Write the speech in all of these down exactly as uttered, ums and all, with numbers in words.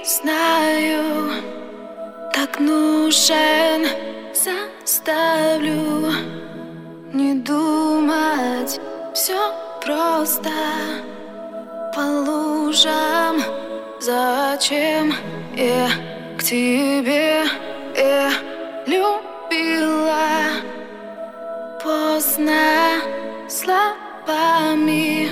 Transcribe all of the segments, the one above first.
знаю, так нужен. Заставлю не думать, все просто. По лужам, зачем я к тебе я любила? Поздно словами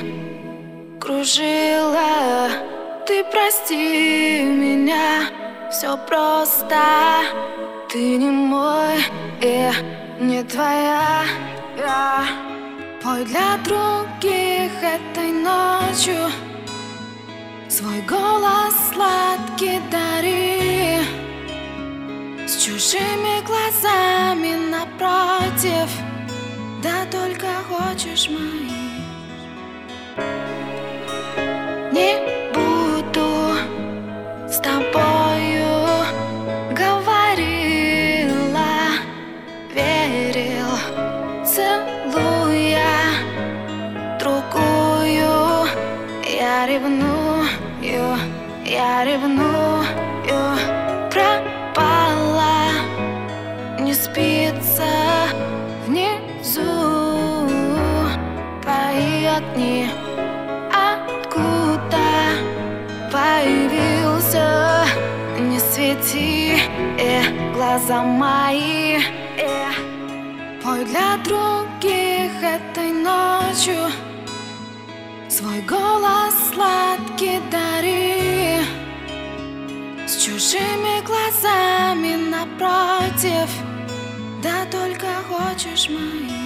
кружила. Ты прости меня, все просто. Ты не мой, я не твоя. Я пой для других этой ночью, свой голос сладкий дари. С чужими глазами напротив, да только хочешь мои. Не буду с тобою, говорила, верил, целуя другую. Я ревную, я ревную, пропала, не спится внизу. Твои огни откуда появился? Не свети э, глаза мои э. Пой для других этой ночью, свой голос сладкий дари. С чужими глазами напротив, да только хочешь мои.